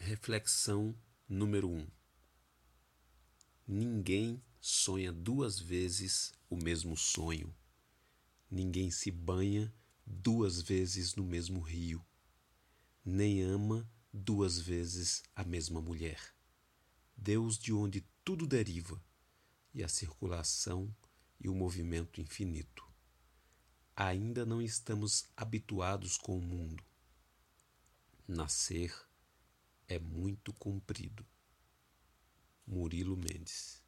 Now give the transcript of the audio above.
Reflexão número 1. Ninguém sonha duas vezes o mesmo sonho. Ninguém se banha duas vezes no mesmo rio. Nem ama duas vezes a mesma mulher. Deus, de onde tudo deriva, e a circulação e o movimento infinito. Ainda não estamos habituados com o mundo. Nascer é muito comprido. Murilo Mendes.